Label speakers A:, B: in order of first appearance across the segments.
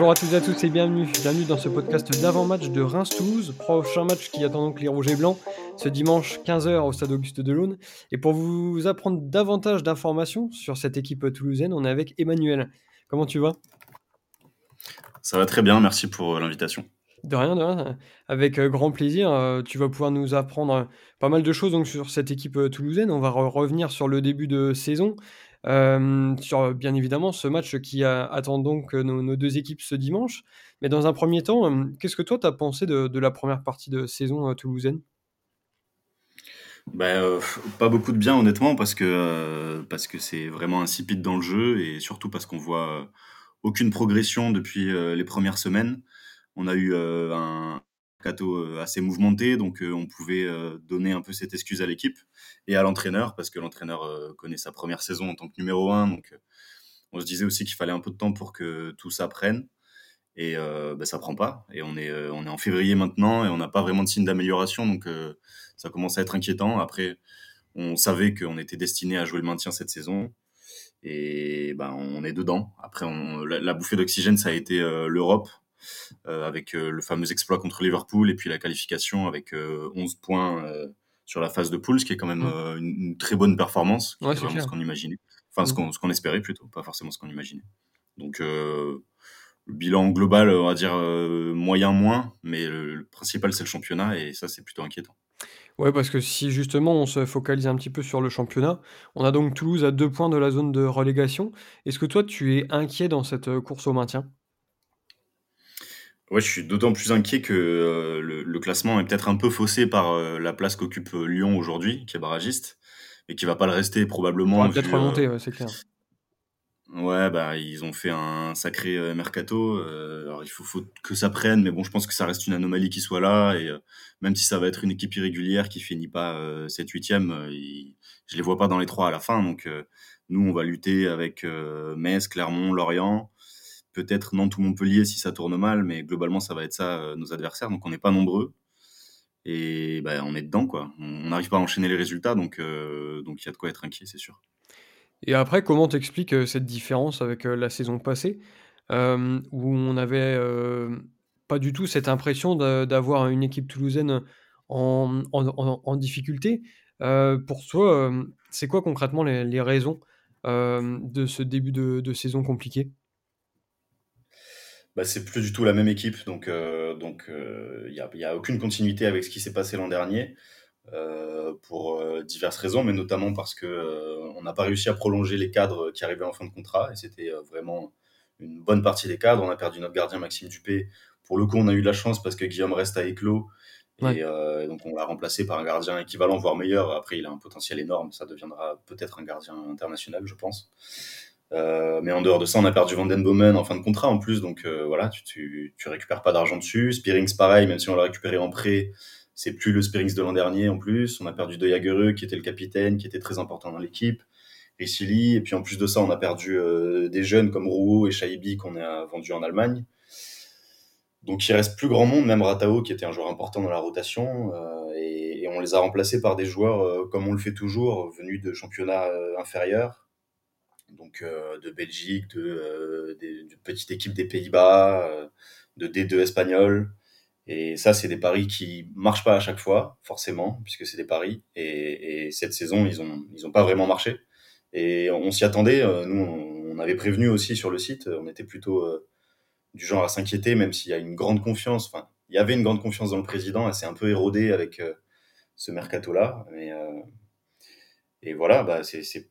A: Bonjour à toutes et à tous et bienvenue dans ce podcast d'avant-match de Reims-Toulouse, prochain match qui attend donc les Rouges et Blancs ce dimanche 15h au stade Auguste Delaune. Et pour vous apprendre davantage d'informations sur cette équipe toulousaine, on est avec Emmanuel. Comment tu vas?
B: Ça va très bien, merci pour l'invitation.
A: De rien, avec grand plaisir. Tu vas pouvoir nous apprendre pas mal de choses donc, sur cette équipe toulousaine. On va revenir sur le début de saison, sur bien évidemment ce match qui attend donc nos deux équipes ce dimanche. Mais dans un premier temps, qu'est-ce que toi tu as pensé de la première partie de saison toulousaine?
B: Pas beaucoup de bien honnêtement parce que c'est vraiment insipide dans le jeu et surtout parce qu'on voit aucune progression depuis les premières semaines. On a eu un mercato assez mouvementé, donc on pouvait donner un peu cette excuse à l'équipe et à l'entraîneur parce que l'entraîneur connaît sa première saison en tant que numéro un, donc on se disait aussi qu'il fallait un peu de temps pour que tout ça prenne. Et ça prend pas. Et on est en février maintenant et on n'a pas vraiment de signe d'amélioration, donc ça commence à être inquiétant. Après, on savait qu'on était destiné à jouer le maintien cette saison et ben on est dedans. Après, la bouffée d'oxygène, ça a été l'Europe avec le fameux exploit contre Liverpool et puis la qualification avec 11 points sur la phase de poule, ce qui est quand même
A: Mmh.
B: une très bonne performance, qui
A: Ouais,
B: était
A: c'est
B: vraiment
A: clair.
B: ce qu'on imaginait. Enfin,
A: Mmh.
B: ce qu'on espérait plutôt, pas forcément ce qu'on imaginait. Donc, le bilan global, on va dire moyen moins, mais le principal c'est le championnat et ça c'est plutôt inquiétant.
A: Ouais, parce que si justement on se focalise un petit peu sur le championnat, on a donc Toulouse à 2 points de la zone de relégation. Est-ce que toi tu es inquiet dans cette course au maintien?
B: Ouais, je suis d'autant plus inquiet que le classement est peut-être un peu faussé par la place qu'occupe Lyon aujourd'hui, qui est barragiste, et qui va pas le rester
A: On
B: probablement
A: pourrait peut-être
B: vu.
A: remonter, ouais, c'est clair.
B: Ouais, bah ils ont fait un sacré mercato. Alors faut que ça prenne, mais bon, je pense que ça reste une anomalie qui soit là. Et même si ça va être une équipe irrégulière qui finit pas 7-8e, je les vois pas dans les trois à la fin. Donc nous, on va lutter avec Metz, Clermont, Lorient, peut-être Nantes ou Montpellier si ça tourne mal, mais globalement, ça va être ça nos adversaires. Donc on n'est pas nombreux et bah, on est dedans quoi. On n'arrive pas à enchaîner les résultats, donc il y a de quoi être inquiet, c'est sûr.
A: Et après, comment t'expliques cette différence avec la saison passée, où on avait pas du tout cette impression d'avoir une équipe toulousaine en difficulté? Pour toi, c'est quoi concrètement les raisons de ce début de saison compliqué?
B: Bah, c'est plus du tout la même équipe, il y a aucune continuité avec ce qui s'est passé l'an dernier, pour diverses raisons, mais notamment parce que on n'a pas réussi à prolonger les cadres qui arrivaient en fin de contrat, et c'était vraiment une bonne partie des cadres. On a perdu notre gardien Maxime Dupé. Pour le coup, on a eu de la chance parce que Guillaume Rest a éclos,
A: Ouais.
B: et donc on l'a remplacé par un gardien équivalent, voire meilleur. Après, il a un potentiel énorme, ça deviendra peut-être un gardien international, je pense. Mais en dehors de ça, on a perdu Van Den Bomen en fin de contrat en plus, donc voilà, tu récupères pas d'argent dessus. Spearings, pareil, même si on l'a récupéré en prêt, c'est plus le Spearings de l'an dernier en plus. On a perdu De Jagereux, qui était le capitaine, qui était très important dans l'équipe, Ricili, et puis en plus de ça, on a perdu des jeunes comme Rouault et Shaibi qu'on a vendus en Allemagne. Donc il reste plus grand monde, même Ratao, qui était un joueur important dans la rotation, et on les a remplacés par des joueurs, comme on le fait toujours, venus de championnats inférieurs, donc de Belgique, de petites équipes des Pays-Bas, de D2 espagnol. Et ça, c'est des paris qui marchent pas à chaque fois, forcément, puisque c'est des paris. Et cette saison, ils ont pas vraiment marché. Et on s'y attendait. Nous, on avait prévenu aussi sur le site. On était plutôt du genre à s'inquiéter, même s'il y a une grande confiance. Enfin, il y avait une grande confiance dans le président. Elle s'est un peu érodée avec ce mercato-là. Et voilà, bah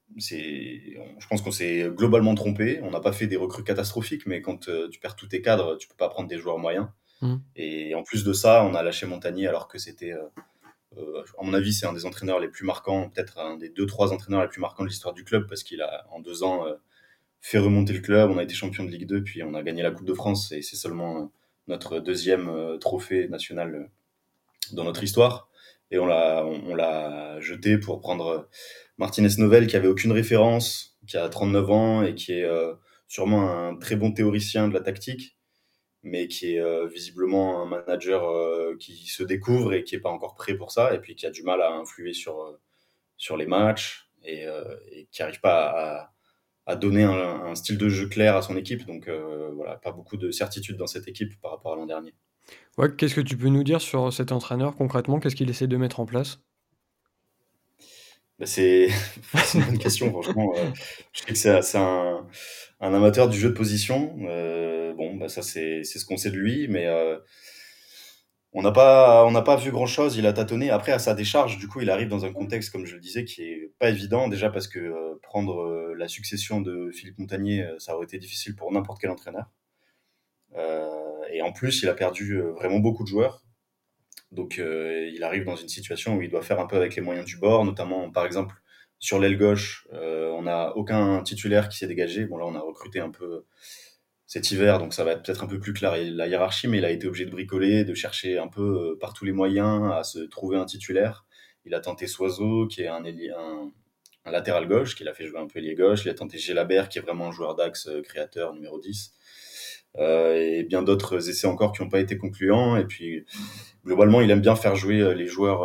B: je pense qu'on s'est globalement trompé. On n'a pas fait des recrues catastrophiques, mais quand tu perds tous tes cadres, tu peux pas prendre des joueurs moyens.
A: Mmh.
B: Et en plus de ça, on a lâché Montagnier alors que c'était, à mon avis, c'est un des entraîneurs les plus marquants, peut-être un des deux, trois entraîneurs les plus marquants de l'histoire du club parce qu'il a, en 2 ans, fait remonter le club. On a été champion de Ligue 2, puis on a gagné la Coupe de France et c'est seulement notre deuxième trophée national dans notre histoire. Et on l'a jeté pour prendre Martinez Novel qui avait aucune référence, qui a 39 ans et qui est sûrement un très bon théoricien de la tactique, mais qui est visiblement un manager qui se découvre et qui est pas encore prêt pour ça, et puis qui a du mal à influer sur les matchs et qui arrive pas à donner un style de jeu clair à son équipe. Donc voilà, pas beaucoup de certitude dans cette équipe par rapport à l'an dernier.
A: Ouais, qu'est-ce que tu peux nous dire sur cet entraîneur concrètement? Qu'est-ce qu'il essaie de mettre en place?
B: Bah, c'est une bonne question, franchement. Je sais que c'est un amateur du jeu de position. Bon, bah, ça, c'est ce qu'on sait de lui, mais on n'a pas vu grand-chose. Il a tâtonné. Après, à sa décharge, du coup, il arrive dans un contexte, comme je le disais, qui est pas évident. Déjà parce que prendre la succession de Philippe Montagnier, ça aurait été difficile pour n'importe quel entraîneur. Et en plus, il a perdu vraiment beaucoup de joueurs. Donc, il arrive dans une situation où il doit faire un peu avec les moyens du bord, notamment, par exemple, sur l'aile gauche, on n'a aucun titulaire qui s'est dégagé. Bon, là, on a recruté un peu cet hiver, donc ça va être peut-être un peu plus clair la hiérarchie, mais il a été obligé de bricoler, de chercher un peu par tous les moyens à se trouver un titulaire. Il a tenté Soiseau, qui est un latéral gauche, qu'il a fait jouer un peu ailier gauche. Il a tenté Gélabert, qui est vraiment un joueur d'axe créateur, numéro 10. Et bien d'autres essais encore qui n'ont pas été concluants. Et puis, globalement, il aime bien faire jouer les joueurs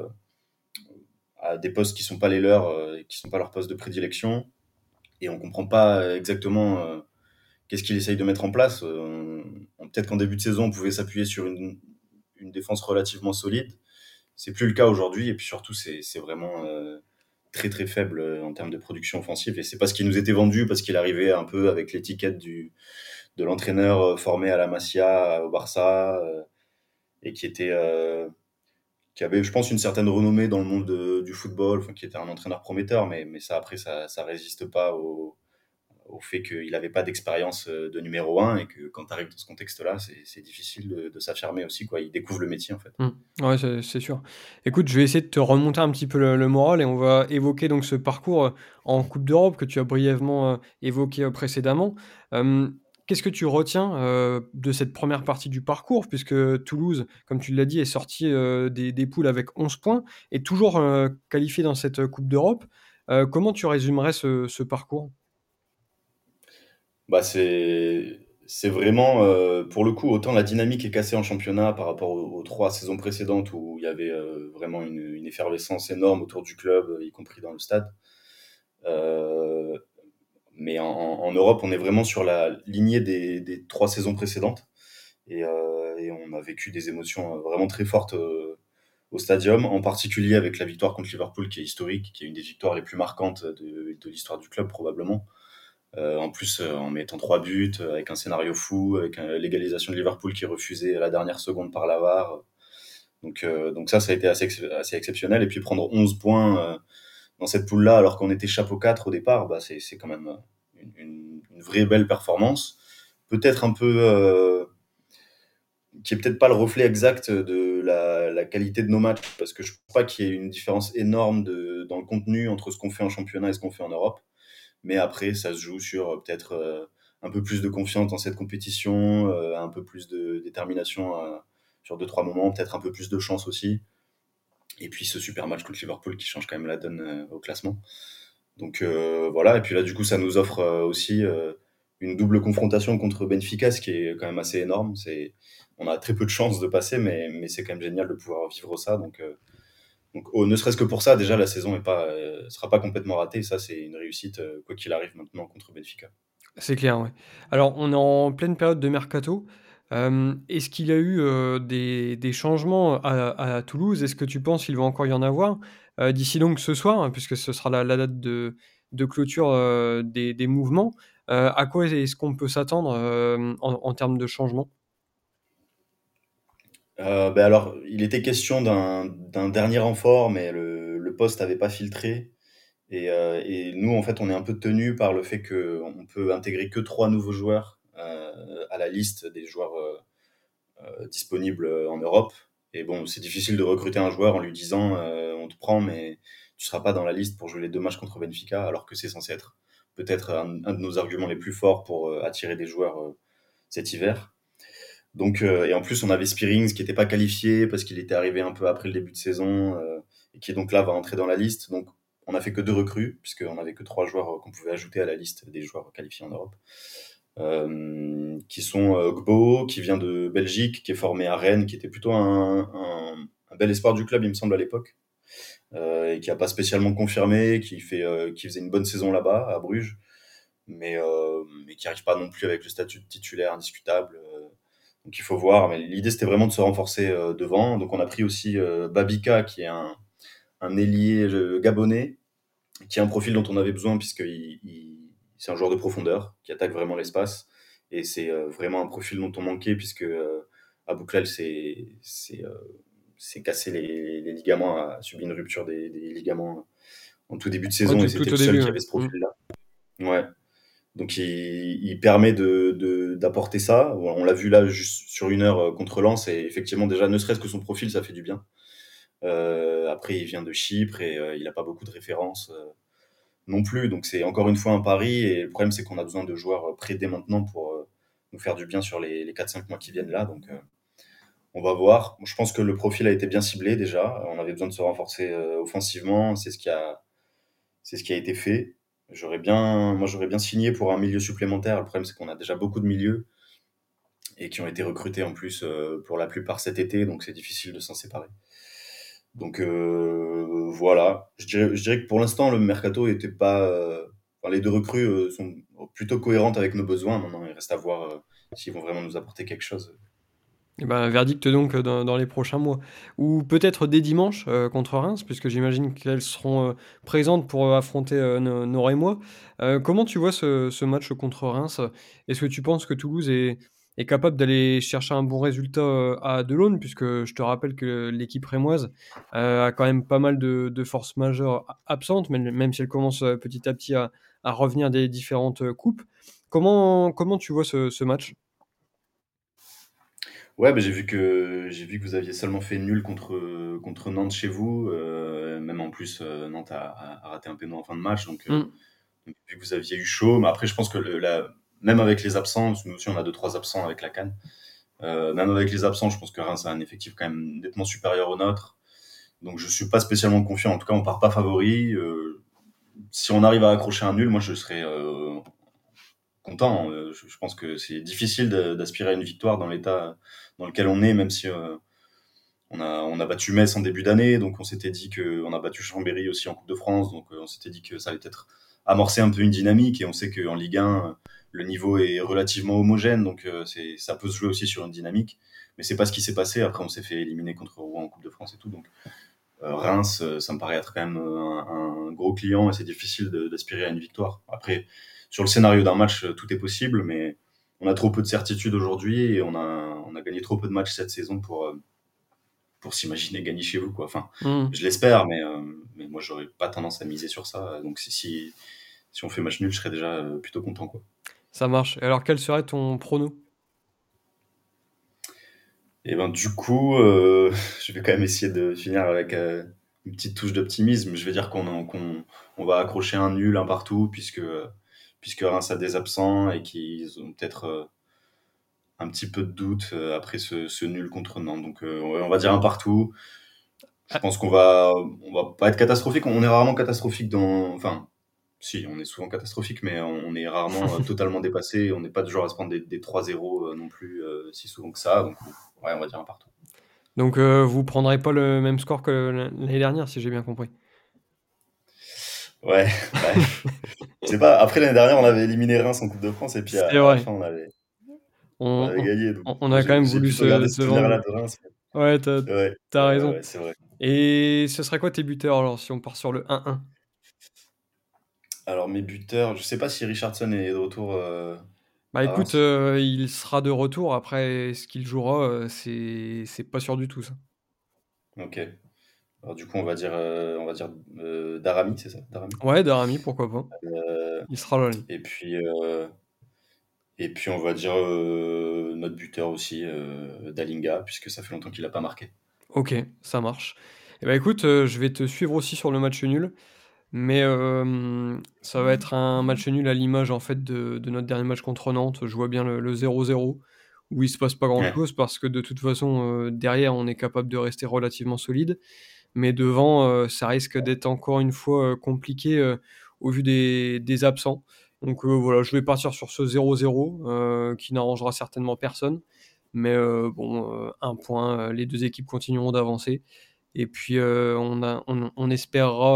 B: à des postes qui sont pas les leurs, qui sont pas leurs postes de prédilection. Et on comprend pas exactement qu'est-ce qu'il essaye de mettre en place. Peut-être qu'en début de saison, on pouvait s'appuyer sur une défense relativement solide. C'est plus le cas aujourd'hui. Et puis surtout, c'est vraiment très très faible en termes de production offensive. Et c'est pas ce qui nous était vendu parce qu'il arrivait un peu avec l'étiquette de l'entraîneur formé à la Masia, au Barça, et qui avait, je pense, une certaine renommée dans le monde du football, enfin, qui était un entraîneur prometteur, mais ça, après, ça résiste pas au fait qu'il n'avait pas d'expérience de numéro un et que quand tu arrives dans ce contexte-là, c'est difficile de s'affirmer aussi, quoi. Il découvre le métier, en fait.
A: Mmh. Ouais, c'est sûr. Écoute, je vais essayer de te remonter un petit peu le moral et on va évoquer donc ce parcours, en Coupe d'Europe que tu as brièvement, évoqué, précédemment. Qu'est-ce que tu retiens, de cette première partie du parcours? Puisque Toulouse, comme tu l'as dit, est sorti, des poules avec 11 points et toujours, qualifié dans cette, Coupe d'Europe. Comment tu résumerais ce parcours?
B: Bah, c'est vraiment, pour le coup, autant la dynamique est cassée en championnat par rapport aux 3 saisons précédentes où il y avait vraiment une effervescence énorme autour du club, y compris dans le stade. Euh, mais en Europe, on est vraiment sur la lignée des 3 saisons précédentes. Et on a vécu des émotions vraiment très fortes au stadium, en particulier avec la victoire contre Liverpool qui est historique, qui est une des victoires les plus marquantes de l'histoire du club probablement. En plus, en mettant 3 buts, avec un scénario fou, avec l'égalisation de Liverpool qui est refusée à la dernière seconde par la VAR. Donc ça a été assez exceptionnel. Et puis prendre 11 points dans cette poule-là, alors qu'on était chapeau 4 au départ, bah c'est quand même une vraie belle performance. Peut-être un peu qui est peut-être pas le reflet exact de la qualité de nos matchs, parce que je ne pense pas qu'il y ait une différence énorme dans le contenu entre ce qu'on fait en championnat et ce qu'on fait en Europe. Mais après, ça se joue sur peut-être un peu plus de confiance dans cette compétition, un peu plus de détermination sur deux, trois moments, peut-être un peu plus de chance aussi. Et puis ce super match contre Liverpool qui change quand même la donne au classement. Donc voilà, et puis là du coup ça nous offre aussi une double confrontation contre Benfica, ce qui est quand même assez énorme. On a très peu de chances de passer, mais c'est quand même génial de pouvoir vivre ça. Donc ne serait-ce que pour ça, déjà la saison sera pas complètement ratée. Ça c'est une réussite quoi qu'il arrive maintenant contre Benfica.
A: C'est clair, ouais. Alors, on est en pleine période de mercato. Est-ce qu'il y a eu, des changements à Toulouse? Est-ce que tu penses qu'il va encore y en avoir? D'ici donc ce soir, hein, puisque ce sera la date de clôture, des mouvements. À quoi est-ce qu'on peut s'attendre, en termes de changements?
B: Ben alors, il était question d'un dernier renfort, mais le poste n'avait pas filtré. Et nous, en fait, on est un peu tenu par le fait qu'on peut intégrer que 3 nouveaux joueurs à la liste des joueurs disponibles en Europe. Et bon, c'est difficile de recruter un joueur en lui disant on te prend, mais tu seras pas dans la liste pour jouer les 2 matchs contre Benfica, alors que c'est censé être peut-être un de nos arguments les plus forts pour attirer des joueurs cet hiver. Donc, et en plus, on avait Spearings qui n'était pas qualifié parce qu'il était arrivé un peu après le début de saison et qui donc là va entrer dans la liste. Donc, on a fait que 2 recrues puisqu'on n'avait que 3 joueurs qu'on pouvait ajouter à la liste des joueurs qualifiés en Europe, qui sont Gbo, qui vient de Belgique, qui est formé à Rennes, qui était plutôt un bel espoir du club, il me semble à l'époque, et qui a pas spécialement confirmé, qui faisait une bonne saison là-bas à Bruges. mais qui n'arrive pas non plus avec le statut de titulaire indiscutable. Donc il faut voir. Mais l'idée, c'était vraiment de se renforcer devant. Donc on a pris aussi Babika, qui est un ailier gabonais, qui est un profil dont on avait besoin, c'est un joueur de profondeur, qui attaque vraiment l'espace. Et c'est vraiment un profil dont on manquait, puisque Abouklal s'est cassé les ligaments, a subi une rupture des ligaments en tout début de
A: Ouais,
B: saison, et
A: tout
B: c'était
A: au
B: le seul
A: début,
B: qui
A: ouais.
B: avait ce profil-là. Ouais. Donc il permet d'apporter ça. On l'a vu là juste sur une heure contre Lens, et effectivement déjà ne serait-ce que son profil, ça fait du bien. Après il vient de Chypre et il n'a pas beaucoup de références non plus, donc c'est encore une fois un pari, et le problème c'est qu'on a besoin de joueurs prêts dès maintenant pour nous faire du bien sur les 4-5 mois qui viennent là, donc on va voir. Je pense que le profil a été bien ciblé déjà, on avait besoin de se renforcer offensivement, c'est ce qui a été fait. Moi, j'aurais bien signé pour un milieu supplémentaire. Le problème, c'est qu'on a déjà beaucoup de milieux et qui ont été recrutés en plus pour la plupart cet été, donc c'est difficile de s'en séparer. Donc voilà, je dirais que pour l'instant, le mercato était pas. Enfin, les deux recrues sont plutôt cohérentes avec nos besoins. Maintenant, il reste à voir s'ils vont vraiment nous apporter quelque chose.
A: Et ben, verdict donc dans les prochains mois. Ou peut-être dès dimanche contre Reims, puisque j'imagine qu'elles seront présentes pour affronter nos Rémois. Comment tu vois ce match contre Reims? Est-ce que tu penses que Toulouse est capable d'aller chercher un bon résultat à Delaune, puisque je te rappelle que l'équipe rémoise a quand même pas mal de forces majeures absentes, même si elle commence petit à petit à revenir des différentes coupes. Comment tu vois ce match?
B: Ouais, bah, j'ai vu que vous aviez seulement fait nul contre Nantes chez vous. Même en plus, Nantes a raté un péno en fin de match.
A: Hmm.
B: Donc, vu que vous aviez eu chaud, mais après, je pense que même avec les absents, parce que nous aussi on a deux trois absents avec la CAN, même avec les absents, je pense que Reims a un effectif quand même nettement supérieur au nôtre. Donc je suis pas spécialement confiant. En tout cas, on part pas favori. Si on arrive à accrocher un nul, moi je serais content. Je pense que c'est difficile d'aspirer à une victoire dans l'état dans lequel on est, même si on a battu Metz en début d'année, donc on s'était dit que on a battu Chambéry aussi en Coupe de France, donc on s'était dit que ça allait peut-être amorcer un peu une dynamique, et on sait qu'en Ligue 1, le niveau est relativement homogène, donc ça peut se jouer aussi sur une dynamique, mais c'est pas ce qui s'est passé. Après, on s'est fait éliminer contre Rouen en Coupe de France et tout, donc Reims, ça me paraît être quand même un gros client, et c'est difficile d'aspirer à une victoire. Après, sur le scénario d'un match, tout est possible, mais on a trop peu de certitudes aujourd'hui, et on a gagné trop peu de matchs cette saison pour s'imaginer gagner chez vous, quoi. Enfin,
A: Hmm.
B: je l'espère, mais moi, j'aurais pas tendance à miser sur ça. Donc, si on fait match nul, je serais déjà plutôt content, quoi.
A: Ça marche. Et alors, quel serait ton prono?
B: Et ben, du coup, je vais quand même essayer de finir avec une petite touche d'optimisme. Je vais dire qu'on va accrocher un nul, un partout, puisque Reims a des absents et qu'ils ont peut-être un petit peu de doute après ce nul contre Nantes. Donc, ouais, on va dire un partout. Je
A: Ah,
B: pense on va pas être catastrophique. On est rarement catastrophique enfin, si, on est souvent catastrophique, mais on est rarement totalement dépassé. On n'est pas du genre à se prendre des 3-0 non plus si souvent que ça. Donc, ouais, on va dire un partout.
A: donc, vous prendrez pas le même score que l'année dernière, si j'ai bien compris.
B: Ouais, bah, je sais pas. Après, l'année dernière, on avait éliminé Reims en Coupe de France, et puis
A: C'est
B: à la
A: vrai.
B: fin, on
A: On,
B: avait
A: on-
B: gagné. Donc,
A: on
B: moi,
A: a quand même
B: j'ai
A: voulu
B: plutôt gardé ce
A: se venger.
B: souvenir-là de Reims.
A: Ouais,
B: Ouais,
A: t'as raison.
B: ouais, c'est vrai.
A: Et ce serait quoi tes buteurs alors si on part sur le 1-1?
B: Alors, mes buteurs, je sais pas si Richardson est de retour
A: Bah
B: à
A: écoute,
B: Reims.
A: il sera de retour. Après, ce qu'il jouera, c'est pas sûr du tout, ça.
B: Ok. Alors, du coup, on va dire Darami, c'est ça? Darami.
A: Ouais, Darami, pourquoi pas.
B: Euh,
A: Il sera là, lui.
B: et puis, on va dire notre buteur aussi, Dalinga, puisque ça fait longtemps qu'il a pas marqué.
A: Ok, ça marche. Et bah écoute, je vais te suivre aussi sur le match nul. Mais ça va être un match nul à l'image en fait de notre dernier match contre Nantes. Je vois bien le 0-0 où il se passe pas
B: Ouais.
A: grand-chose parce que de toute façon, derrière, on est capable de rester relativement solide. Mais devant, ça risque d'être encore une fois, compliqué, au vu des absents. Donc voilà, je vais partir sur ce 0-0, qui n'arrangera certainement personne. Mais bon, 1 point, les 2 équipes continueront d'avancer et puis, on espérera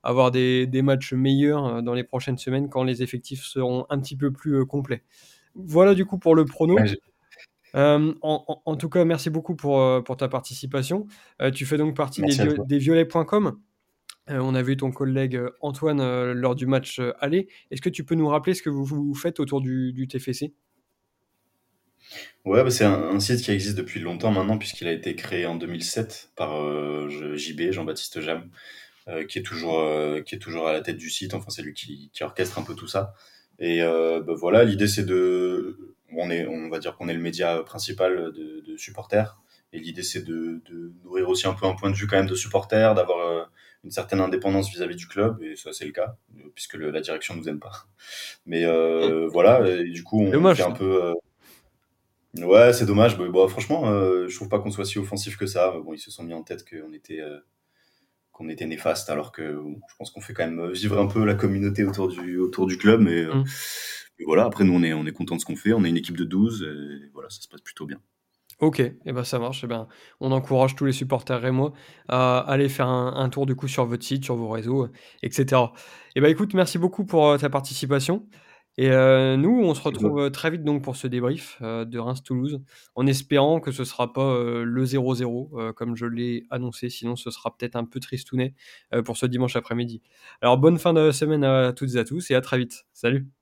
A: avoir des matchs meilleurs dans les prochaines semaines quand les effectifs seront un petit peu plus complets. Voilà du coup pour le
B: Ouais,
A: prono. En tout cas, merci beaucoup pour ta participation. Tu fais donc partie
B: merci à toi.
A: des violets.com. On a vu ton collègue Antoine lors du match aller. Est-ce que tu peux nous rappeler ce que vous faites autour du TFC?
B: Ouais, bah, c'est un site qui existe depuis longtemps maintenant, puisqu'il a été créé en 2007 par JB, Jean-Baptiste Jam, qui est toujours à la tête du site. Enfin, c'est lui qui orchestre un peu tout ça. Et bah, voilà, l'idée c'est on va dire qu'on est le média principal de supporters. Et l'idée c'est de nourrir aussi un peu un point de vue quand même de supporters, d'avoir une certaine indépendance vis-à-vis du club. Et ça c'est le cas, puisque la direction nous aime pas. Mais voilà, et du coup
A: C'est
B: on fait
A: dommage
B: un
A: ça.
B: peu. Ouais, c'est dommage. Bon, franchement, je trouve pas qu'on soit si offensif que ça. Bon, ils se sont mis en tête qu'on était néfaste, alors que bon, je pense qu'on fait quand même vivre un peu la communauté autour du club.
A: Mmh.
B: Mais voilà, après, nous, on est content de ce qu'on fait. On est une équipe de 12 et voilà, ça se passe plutôt bien.
A: OK, et ben ça marche. Et ben, on encourage tous les supporters rémois à aller faire un tour du coup sur votre site, sur vos réseaux, et cetera. Et ben, écoute, merci beaucoup pour ta participation. Et nous, on se
B: C'est top.
A: retrouve très vite donc pour ce débrief de Reims-Toulouse, en espérant que ce sera pas le 0-0 comme je l'ai annoncé, sinon ce sera peut-être un peu tristounet pour ce dimanche après-midi. Alors bonne fin de semaine à toutes et à tous et à très vite. Salut.